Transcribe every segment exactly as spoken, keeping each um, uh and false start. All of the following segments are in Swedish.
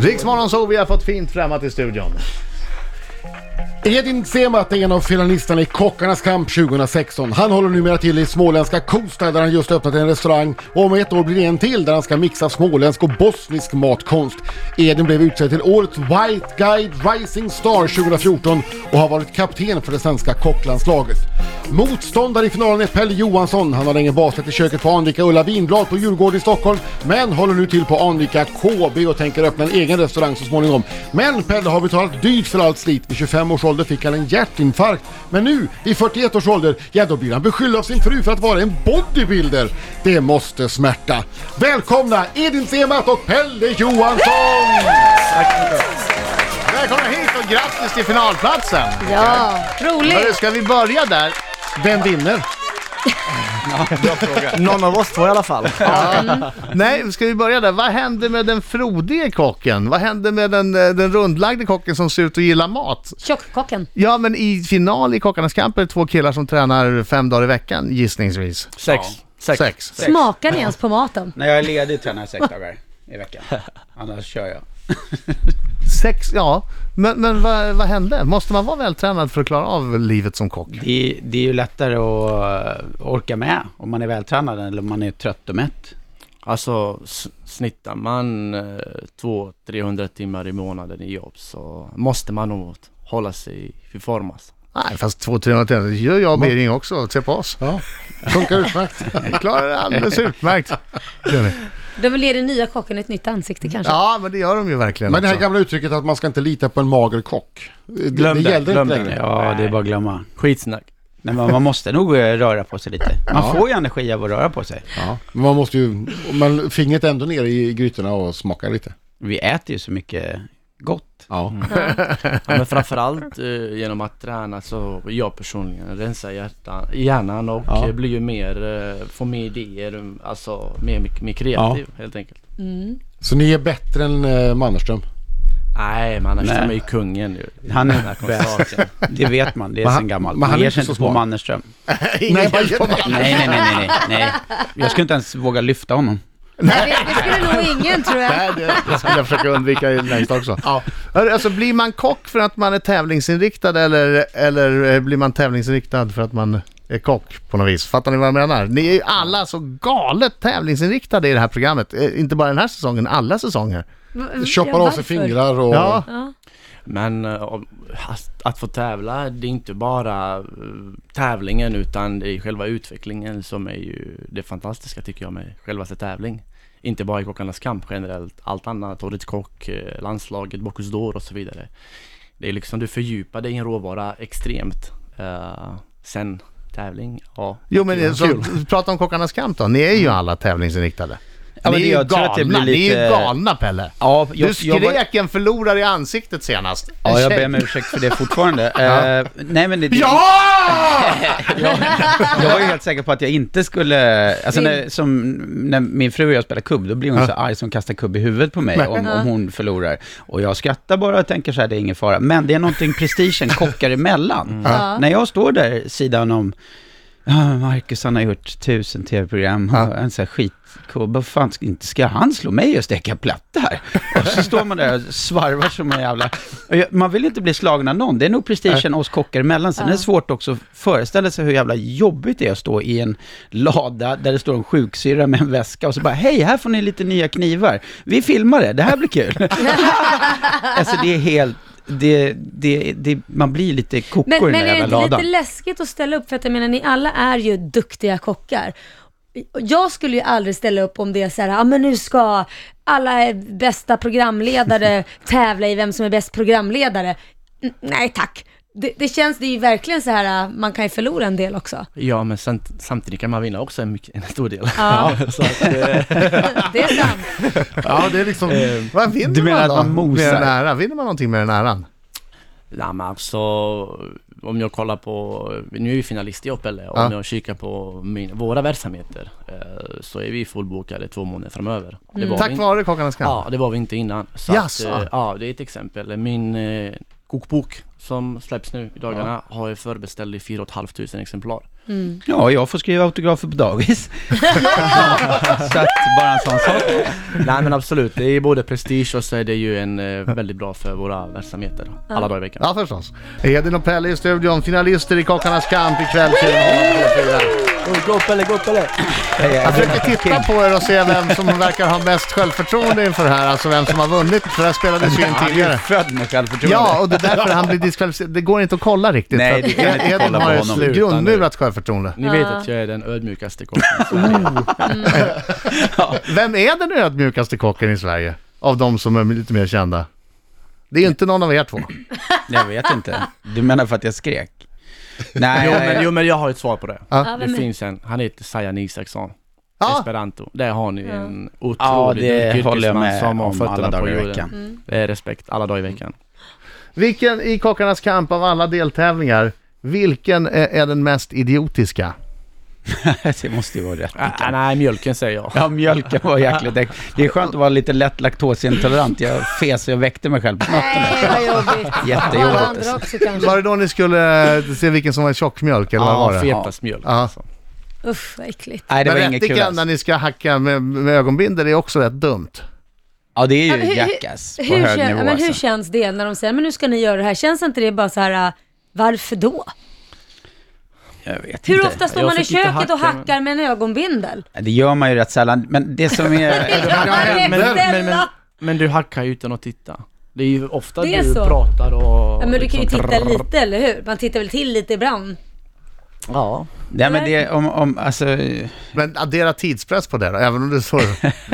Riksmorgon så vi har fått fint främmat i studion. Edin Semat är en av finalisterna i Kockarnas kamp tjugohundrasexton. Han håller numera till i småländska Kosta där han just öppnat en restaurang. Och om ett år blir det en till där han ska mixa småländsk och bosnisk matkonst. Edin blev utsedd till årets White Guide Rising Star tjugohundrafjorton och har varit kapten för det svenska kocklandslaget. Motståndare i finalen är Pelle Johansson. Han har länge basat i köket på Anrika Ulla Vinblad på Djurgården i Stockholm, men håller nu till på Anrika K B och tänker öppna en egen restaurang så småningom. Men Pelle har betalat dyrt för allt slit. Vid tjugofem års ålder fick han en hjärtinfarkt, men nu i fyrtioett års ålder, ja då blir han beskylld av sin fru för att vara en bodybuilder. Det måste smärta. Välkomna Edin Semat och Pelle Johansson! Välkomna hit och grattis till finalplatsen. Ja, roligt. Ska vi börja där? Vem vinner? Ja, bra fråga. Någon av oss två i alla fall. Mm. Nej, ska vi börja där? Vad hände med den frodige kocken? Vad hände med den, den rundlagde kocken som ser ut att gilla mat? Tjockkocken. Ja, men i final i Kockarnas kamp är det två killar som tränar fem dagar i veckan, gissningsvis. Sex. Ja. Sex. Sex. Sex. Smakar ni ens på maten? När jag är ledig tränar jag sex dagar i veckan. Annars kör jag. Sex, ja. Men, men vad, vad hände? Måste man vara vältränad för att klara av livet som kock? Det, det är ju lättare att orka med om man är vältränad eller om man är trött och mätt. Alltså s- snittar man eh, två till trehundra timmar i månaden i jobb så måste man nog hålla sig i form. Alltså. Nej, fast två till trehundra timmar, det gör jag och Bering också. Se på oss. Ja, funkar utmärkt. Jag klarar det alldeles utmärkt. De vill ge den nya kocken ett nytt ansikte kanske. Ja, men det gör de ju verkligen. Men det här gamla uttrycket att man ska inte lita på en mager kock, det, Glöm det det, gällde glöm inte det. längre. Ja, det är bara att glömma. Skitsnack. Nej, men man måste nog röra på sig lite. Man Ja. får ju energi av att röra på sig. Ja, men man måste ju, man fingret ändå ner i grytorna och smaka lite. Vi äter ju så mycket gott. Ja. Mm. Ja, men framförallt eh, genom att träna så jag personligen rensar hjärtan, hjärnan och Ja. eh, blir ju mer, eh, får mer idéer, alltså mer, mer, mer kreativ helt enkelt. Mm. Så ni är bättre än eh, Mannerström? Nej, man Nej. är ju kungen nu. Han är Den här konserten. Det vet man, det är Men han- sen gammalt. men Man han är ger inte sig så inte på smart. Mannerström. Nej, nej, Nej, nej, nej, nej, nej. Jag skulle inte ens våga lyfta honom. Nej, det, det skulle nog ingen, tror jag. Nej, det, det skulle jag försöka undvika längst också. Ja. Alltså, blir man kock för att man är tävlingsinriktad eller, eller blir man tävlingsinriktad för att man är kock på något vis? Fattar ni vad jag menar? Ni är ju alla så galet tävlingsinriktade i det här programmet. Eh, Inte bara den här säsongen, alla säsonger. Choppar Ja, av sig varför? fingrar och... Ja. Men eh, om- att, att få tävla, det är inte bara eh, tävlingen utan det är själva utvecklingen som är ju det fantastiska tycker jag med själva tävling. Inte bara i Kockarnas kamp generellt, allt annat, Årets kock, eh, landslaget, Bocuse d'Or och så vidare. Det är liksom, du fördjupar dig i en råvara extremt. Eh, sen tävling, ja. Jo, men kul. så, prata om Kockarnas kamp då. Ni är ju alla tävlingsinriktade. Ja, men ni är ju jag tror att det galna, blir ni är ju lite- galna, Pelle. Ja, jag, Du skrek jag var- en förlorare i ansiktet senast. Ja, jag ber om ursäkt för det fortfarande. Eh, nej, men det, det, Ja! jag, jag var ju helt säker på att jag inte skulle... Alltså när, som, när min fru och jag spelar kubb, då blir hon Ja. så arg som kastar kubb i huvudet på mig om, om hon förlorar. Och jag skrattar bara och tänker så här, det är ingen fara. Men det är någonting prestigen kockar emellan. Ja. När jag står där sidan om... Ja, Marcus, han har gjort tusen tv-program. Ja. En sån här skitkubb. Vad fan, ska, inte ska han slå mig och steka platta här? Och så står man där och svarvar som en jävla... Och jag, man vill inte bli slagen av någon. Det är nog prestigen oss kockar emellan. Sen Ja. är det svårt också att föreställa sig hur jävla jobbigt det är att stå i en lada där det står en sjuksyra med en väska och så bara, hej, här får ni lite nya knivar. Vi filmar det, det här blir kul. Alltså det är helt... Det, det, det, man blir lite kokor Men, i den men där är det jävla inte ladan. lite läskigt att ställa upp? För att jag menar, ni alla är ju duktiga kockar. Jag skulle ju aldrig ställa upp om det är så här, ja men nu ska alla bästa programledare tävla i vem som är bäst programledare. N- nej tack. Det, det känns, det är ju verkligen så här, man kan ju förlora en del också. Ja, men sen, samtidigt kan man vinna också en, mycket, en stor del. Ja. Så att, eh, Det är sant. Ja, det är liksom... Vad vinner du menar man då? att man mosar? Med den äran? Vinner man någonting med den äran? ja, men alltså, om jag kollar på, nu är vi finalist i Opelle och Ja. om jag kikar på min, våra verksamheter eh, så är vi fullbokade två månader framöver. Det Mm. var Tack vi, vare Kockarnas kamp. Ja, det var vi inte innan. Så Jaså? att, eh, ja, det är ett exempel. Min eh, kokbok som släpps nu i dagarna har jag förbeställd i fyra och ett halvt tusen exemplar. Mm. Ja, jag får skriva autografer på dagis. Så att bara en sån sak. Nej men absolut, det är både prestige och så är det ju en eh, väldigt bra för våra verksamheter alla dagar i veckan. Ja, förstås. Edin och Pelle i studion, finalister i Kockarnas kamp ikväll. Gå upp eller gå upp eller? Jag försöker titta på er och se vem som verkar ha mest självförtroende inför det här. Alltså vem som har vunnit, för det här spelades ju in Han är tidigare. född med självförtroende. Ja, och det är därför han blir diskvalificerad. Det går inte att kolla riktigt. Nej, för det kan att inte Edin kolla på har honom. ett grundmurat självförtroende. Ni vet att jag är den ödmjukaste kocken i Sverige. Vem är den ödmjukaste kocken i Sverige? Av de som är lite mer kända. Det är inte någon av er två. Jag vet inte. Du menar för att jag skrek? Nej, Jo jag- men, jo men jag har ett svar på det. Ja. Ja, Det vem är- finns en, han heter Sajan Isaksson. Ja. Esperanto. Där har ni en otrolig Ja, det duktig håller jag yrkesman med som har om alla fötterna på dagar i jorden. veckan. Det är respekt alla dagar i veckan. Vilken i Kockarnas kamp av alla deltävlingar, vilken är, är den mest idiotiska? Det måste ju vara rätt. Äh, nej, mjölken säger jag. Ja, mjölken var jäkligt äck. Det är skönt att vara lite lätt laktosintolerant. Jag fes och jag väckte mig själv på natten. Nej, vad jobbigt. Jättejobbigt. Alla andra också kanske. Var det då ni skulle se vilken som var tjockmjölk eller vad var Ja, det? fetast mjölk. Ja. Alltså. Usch, vad äckligt. Nej, det var Men inget kul rättikan alls. när ni ska hacka med, med ögonbindel är också rätt dumt. Ja, det är Ja, ju men hur- jackass på Hur, hög kän, nivå. men hur Alltså. känns det när de säger men nu ska ni göra det här? Känns inte det bara så här, äh, varför då? Jag vet Hur inte. ofta står Jag man i fick inte köket och hacka, hackar med en ögonbindel? Ja, det gör man ju rätt sällan. Men det som är... Men, men, men, Snälla! men du hackar ju utan att titta. Det är ju ofta Det är du så. pratar och... Ja, men du kan ju liksom titta trrr. lite, eller hur? Man tittar väl till lite ibland. Ja. Nej, men det om, om alltså... Men addera tidspress på det då, även om det står...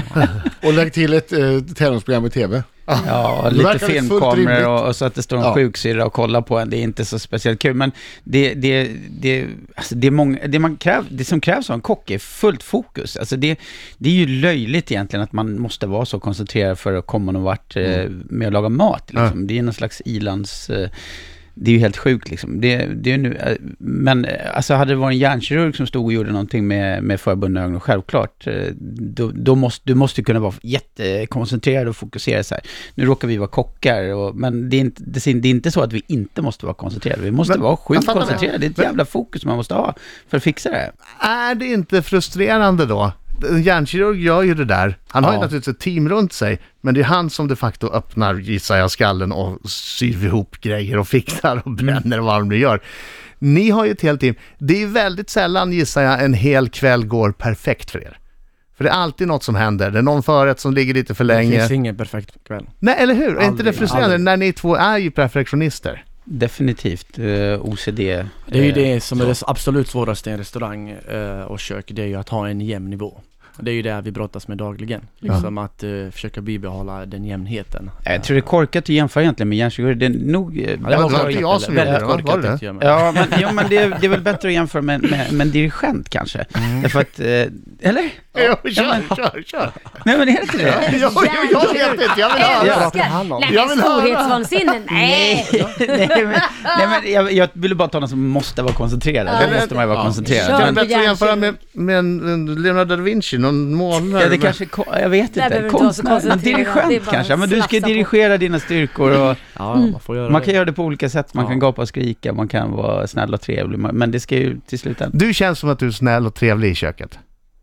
Och lägg till ett eh, tävlingsprogram i tv. Ja, Det lite verkar fullt rimligt. filmkameror och, och så att det står en Ja. sjuksyrra och kollar på en, det är inte så speciellt kul. Men det, det, det, alltså det, är många, det, man kräv, det som krävs av en kock är fullt fokus. Alltså det, det är ju löjligt egentligen att man måste vara så koncentrerad för att komma någon vart eh, med att laga mat. Liksom. Det är någon slags ilands... Eh, det är ju helt sjukt liksom. Det, det är nu, eh, men eh, alltså hade det varit en hjärnkirurg som stod och gjorde någonting med, med förbundna ögon, självklart, eh, då, då måste, du måste kunna vara jättekoncentrerad och fokusera så här. Nu råkar vi vara kockar, och, men det är, inte, det, är, det är inte så att vi inte måste vara koncentrerade. Vi måste Men, vara jag sjukt fattar det. koncentrerade. Det är ett Men- jävla fokus man måste ha för att fixa det. Är det inte frustrerande då? En hjärnkirurg gör ju det där. Han har ju Ja. naturligtvis ett team runt sig, men det är han som de facto öppnar, gissar jag, skallen och syr ihop grejer och fixar och bränner och vad de nu gör. Ni har ju ett helt team. Det är väldigt sällan, gissar jag, en hel kväll går perfekt för er. För det är alltid något som händer. Det är någon förrätt som ligger lite för Det länge. finns ingen perfekt kväll. Nej, eller hur? Är inte det Aldrig, frustrerande aldrig. när ni två är ju perfektionister? Definitivt. Eh, O C D. Det är ju eh, det som är så. det absolut svåraste i en restaurang eh, och kök. Det är ju att ha en jämn nivå. Det är ju det vi brottas med dagligen. Liksom att uh, försöka bibehålla den jämnheten. Jag tror det är korkat att jämföra egentligen med hjärnkirurg. Det är nog... eh, Ja, det var korkat, inte jag som eller? gjorde det, Väldigt va? Var korkat det att göra med. Ja, men, jo, men det, är, det är väl bättre att jämföra med, med, med en dirigent kanske. Därför att, eh, eller? Ja, kör, kör, kör. Nej, men är det inte det? Ja, jag vet inte, jag vill höra. Älskar! pratar han om? Nej, Jag men vill höra. storhetsvansinne, nej! nej, men, nej, men jag, jag ville bara ta någon som måste vara koncentrerad. Ja. Då måste man ju vara Ja. koncentrerad. Kör. Kan det Men, bättre att jämföra med, med en, en Leonardo da Vinci, någon målare? ja, det kanske, ko- jag vet Där behöver inte, du inte vara så konstnär, men koncentrerad. Det är dirigent bara kanske. Men du ska slafsa på. dirigera dina styrkor och Ja, man får göra man det. kan göra det på olika sätt. Man Ja. kan gapa och skrika, man kan vara snäll och trevlig, men det ska ju till slut ändå. Du känns som att du är snäll och trevlig i köket.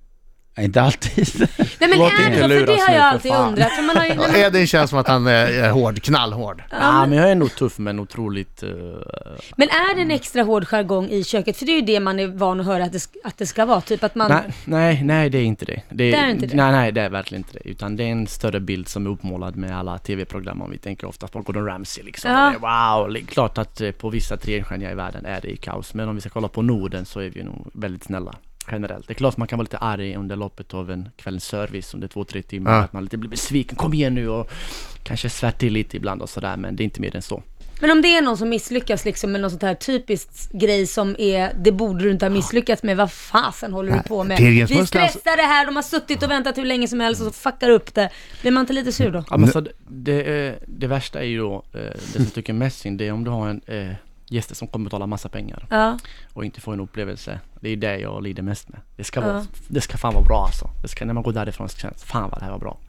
Inte alltid. Nej men Låt är inte det så? För det luras har nu, jag för alltid fan. undrat. För man har ju, nej, men, Edin känns som att han är, är hård, knallhård. Ja, men jag är nog tuff men otroligt... Uh, men är det en extra hård jargong i köket? För det är ju det man är van att höra att det, sk- att det ska vara. Typ att man... nej, nej, nej, det är inte det. Det är, Det är inte det. Nej, nej, det är verkligen inte det. Utan det är en större bild som är uppmålad med alla tv-program. Om vi tänker ofta på Gordon Ramsay liksom. Ja. Och det är, wow, det är klart att eh, på vissa trestjärniga i världen är det i kaos. Men om vi ska kolla på Norden så är vi nog väldigt snälla. Generellt. Det är klart man kan vara lite arg under loppet av en kvällens service under två, tre timmar. Ja. Att man lite blir besviken. Kom igen nu och kanske svär till lite ibland och sådär. Men det är inte mer än så. Men om det är någon som misslyckas liksom med någon sånt här typiskt grej som är, det borde du inte ha misslyckats med, vad fasen håller du på med? Vi pilgrimsbussen, stressar det här, de har suttit och väntat hur länge som helst och så fuckar upp det. Blir man inte lite sur då? Ja, men så det, det, eh, det värsta är ju då, eh, det som tycker mest synd, det är om du har en eh, gäster som kommer betala massa pengar Ja. och inte får en upplevelse. Det är det jag lider mest med. Det ska, Ja. vara, det ska fan vara bra alltså. Det ska, när man går därifrån ska känna, fan vad det här var bra.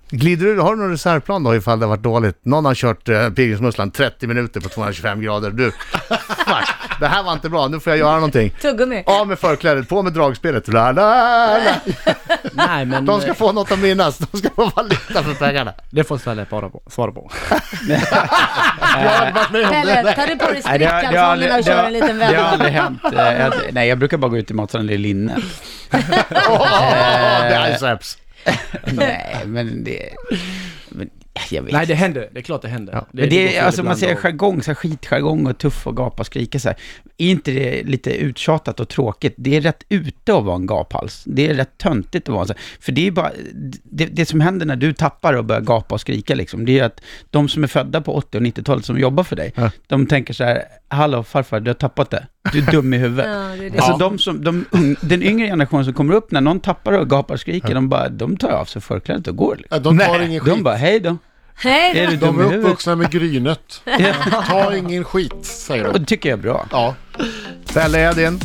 Glider du, har du någon reservplan då ifall det har varit dåligt? Någon har kört eh, pilgrimsmusslan trettio minuter på tvåhundratjugofem grader. Du, fuck, det här var inte bra, nu får jag göra någonting. Tuggummi. Av med förklädet, på med dragspelet. La, la, la. Nej, men De ska få något att minnas, de ska få valuta för pengarna. det får Sverige bara på, svara på. Jag har varit med om Pelle, det. tar du på dig Nej, det har- det har aldrig- strickkalsongerna och det kör har- en liten Det har vän? aldrig hänt. Eh, jag, nej, jag brukar bara gå ut i matsalen i linne. Åh, det är biceps. Nej, men det... Men, jag vet. Nej, det händer. Det är klart det händer. Ja. Men det går är, fel alltså man ibland säger och- jargong, så här skitjargong och tuff och gapa och skrika så här. Är inte det lite uttjatat och tråkigt? Det är rätt ute att vara en gaphals. Det är rätt töntigt att vara så här. För det är bara, det, det som händer när du tappar och börjar gapa och skrika liksom, det är att de som är födda på åttio- och nittiotalet som jobbar för dig, Ja. de tänker så här: hallå farfar, du har tappat det. Du är dum i huvudet. Ja, det är det. Alltså Ja. de som, de, un- den yngre generationen som kommer upp när någon tappar och gapar och skriker, de bara, de tar av sig förklädet och går. Liksom. Ja, de tar Nej, ingen De skit. bara, hej då. Hej Är då. du De dum i är huvudet? uppvuxna med grynet. Ta ingen skit, säger Och de. det tycker jag är bra. Ja. Pelle Edin.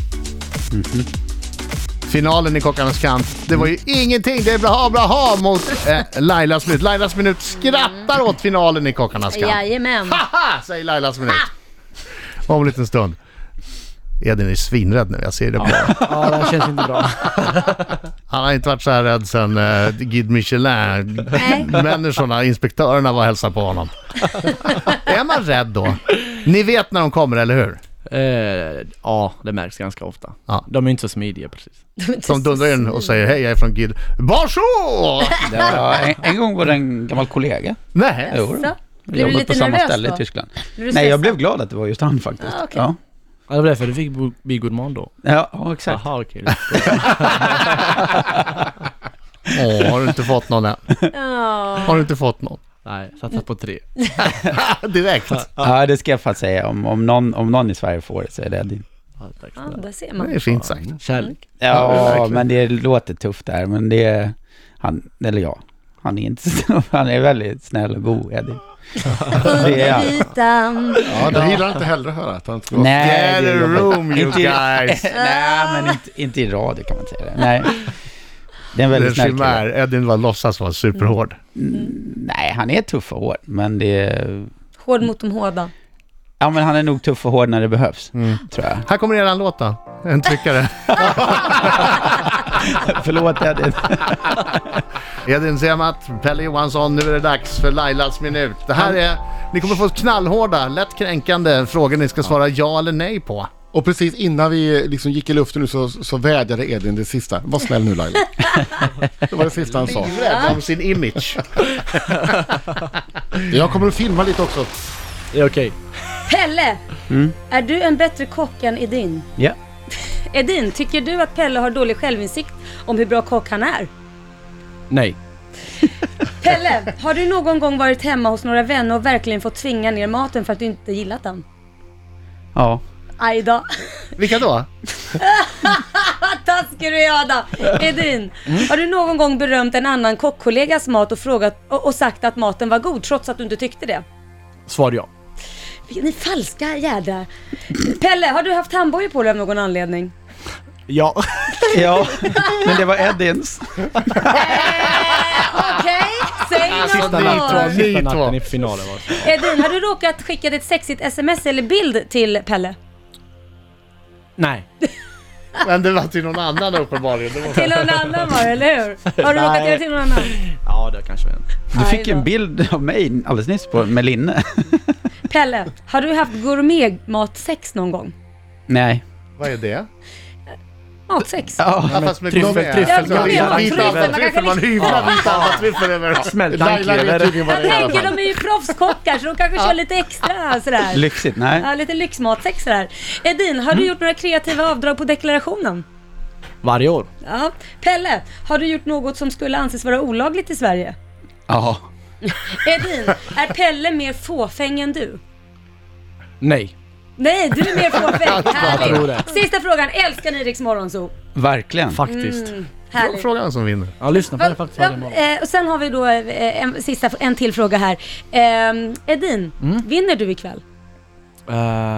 Finalen i Kockarnas kamp. Det var ju ingenting. Det är bra, bra, ha mot eh, Lailas minut. Lailas minut skrattar åt finalen i Kockarnas kamp. Jajamän. Haha, säger Lailas minut. Om en liten stund. Edin är svinrädd nu, jag ser det på. Ja, det här känns inte bra. Han har inte varit så här rädd sedan eh, Guide Michelin. Nej. Människorna, inspektörerna var och hälsade på honom. Är man rädd då? Ni vet när de kommer, eller hur? Eh, ja, det märks ganska ofta. Ja. De är inte så smidiga precis. Som dundrar in och säger hej, jag är från Guide. Bonjour! Ja, en, en gång var det en gammal kollega. Nej. Jo, Så. jag Blir du jobbat lite på samma nervös ställe då? i Tyskland. Blir du Nej, jag stressad? blev glad att det var just han faktiskt. Ah, okej. Ja, Ja, det var därför du fick bo- bli god man då. ja, ja, exakt. Jaha, okej. Åh, har du inte fått någon än? Ja. Har du inte fått någon? Nej, satsa på tre. Direkt. Ja, det ska jag faktiskt säga. Om, om, någon, om någon i Sverige får det så är det din. Ja, tack Ja, snälla. där ser Det man. är fint sagt. Kärlek. Ja, Ja, verkligen. men det låter tufft där. Men det är han, eller ja, han är inte så, han är väldigt snäll och god, Eddie. Det är han. Under ytan. Ja, det gillar inte heller att höra. Att han inte var... Nej, Get det a är jobbigt. room, you Inte i- guys. Nej, men inte, inte i radio kan man säga det. Nej. Det är en Det är väldigt snäll chimär. kille. Edin var låtsas vara superhård. Nej, han är tuff och hård. Men det är... Hård mot de hårda. Ja, men han är nog tuff och hård när det behövs, Mm. tror jag. Här kommer eran låt då. En tryckare. Förlåt, Eddie. Edin Semat, Pelle Johansson, nu är det dags för Lailas minut. Det här är, ni kommer få knallhårda, lätt kränkande frågor ni ska svara ja eller nej på. Och precis innan vi liksom gick i luften nu så, så vädjade Edin det sista. Var snäll nu, Laila. Det var det sista han sa. Rädd om sin image. Jag kommer att filma lite också. Det är okej. Pelle! Mm. Är du en bättre kock än Edin? Ja. Edin, tycker du att Pelle har dålig självinsikt om hur bra kock han är? Nej. Pelle, har du någon gång varit hemma hos några vänner och verkligen fått tvinga ner maten för att du inte gillat den? Ja. Aj då. Vilka då? Vad taskig du är, Ada. Edin, har du någon gång berömt en annan kockkollegas mat och, frågat, och, och sagt att maten var god trots att du inte tyckte det? Svar ja. Ni är falska jädrar. Pelle, har du haft handbojor på dig av någon anledning? Ja. Ja, men det var Edins. Eh, Okej, säg Alltså, något ni svar. två, ni Sista natten två. i finalen var så. Edin, har du råkat skicka ett sexigt sms eller bild till Pelle? Nej. Men det var till någon annan uppenbarligen. Det var... Till någon annan var det, eller hur? Har du råkat Nej. göra till någon annan? Ja, det kanske är en. Du fick Aj då. en bild av mig alldeles nyss på, med linne. Pelle, har du haft gourmetmatsex någon gång? Nej. Vad är det? Matsex? Ja, Ja, fast med tryffel- gourmet. tryffel- Alltså, Ja, vita- tryffel, vita man kan tryffel, man liksom- hyvlar vita albatryffel över. Smält Laila vet danklever. tydligen vad Jag det är i alla tänker, fall. de är ju proffskockar så de kanske kör lite extra sådär. lyxigt. Nej. Ja, lite lyxmatsex sådär. Edin, har du gjort några kreativa avdrag på deklarationen? Varje år. Ja. Pelle, har du gjort något som skulle anses vara olagligt i Sverige? Ja. Edin, är Pelle mer fåfäng än du? Nej. Nej, du är mer fåfäng. Jag tror Härligt. det. Sista frågan, älskar ni Riks Morgonzoo? Verkligen. Faktiskt. Mm, härligt. Frågan som vinner. Ja, lyssna på det Va- faktiskt ja, varje morgon. eh, och sen har vi då eh, en, sista, en till fråga här. Eh, Edin, Mm. vinner du ikväll? Uh,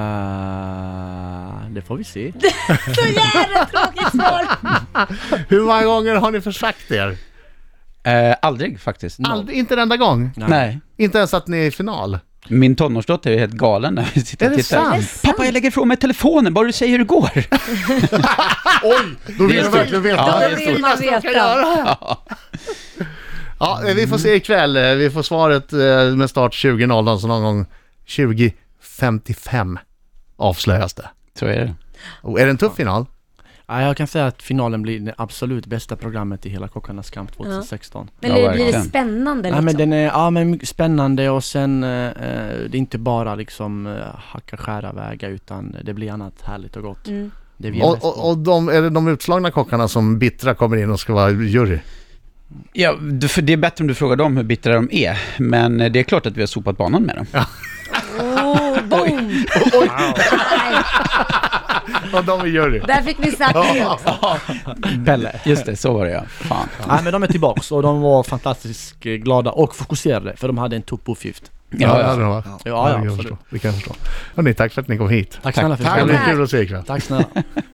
det får vi se. Så jävla tråkigt svar! Hur många gånger har ni försagt er? Eh, aldrig faktiskt. Noll. Aldrig, inte en enda gång? Nej. Nej. Inte ens att ni är i final? Min tonårsdotter är helt galen när vi sitter Är och det tittar. sant? Pappa, jag lägger ifrån mig telefonen, bara du säger hur det går. Oj, då vill jag verkligen veta. Ja, Då vill man veta. Ja, vi får se ikväll. Vi får svaret med start tjugo noll noll, så någon gång tjugo femtiofem avslöjas det. Så är det. Och är det en tuff final? Ja, jag kan säga att finalen blir det absolut bästa programmet i hela Kockarnas kamp tjugohundrasexton. Men Ja, det blir det verkligen. spännande Nej, liksom? men den är, ja, men mycket spännande och sen eh, det är inte bara liksom eh, hacka skära väga, utan det blir annat härligt och gott. Mm. Det är vi är bäst Och, på. och, och de, är det de utslagna kockarna som bittra kommer in och ska vara jury? Ja, du- för det är bättre om du frågar dem hur bittra de är. Men det är klart att vi har sopat banan med dem. Oh, boom! Nej, Och de är jury. där fick ni sagt det också. Pelle, just det, så var det ja. Fan. Nej, men de är tillbaks och de var fantastiskt eh, glada och fokuserade, för de hade en toppuppgift. Ja, Ja, ja, ja. det var. Ja, det ja, kan jag absolut. förstå. Det kan jag förstå. Hörrni, tack för att ni kom hit. Tack snälla för Tack. Det frågan. blir kul att se ikväll. Tack snälla.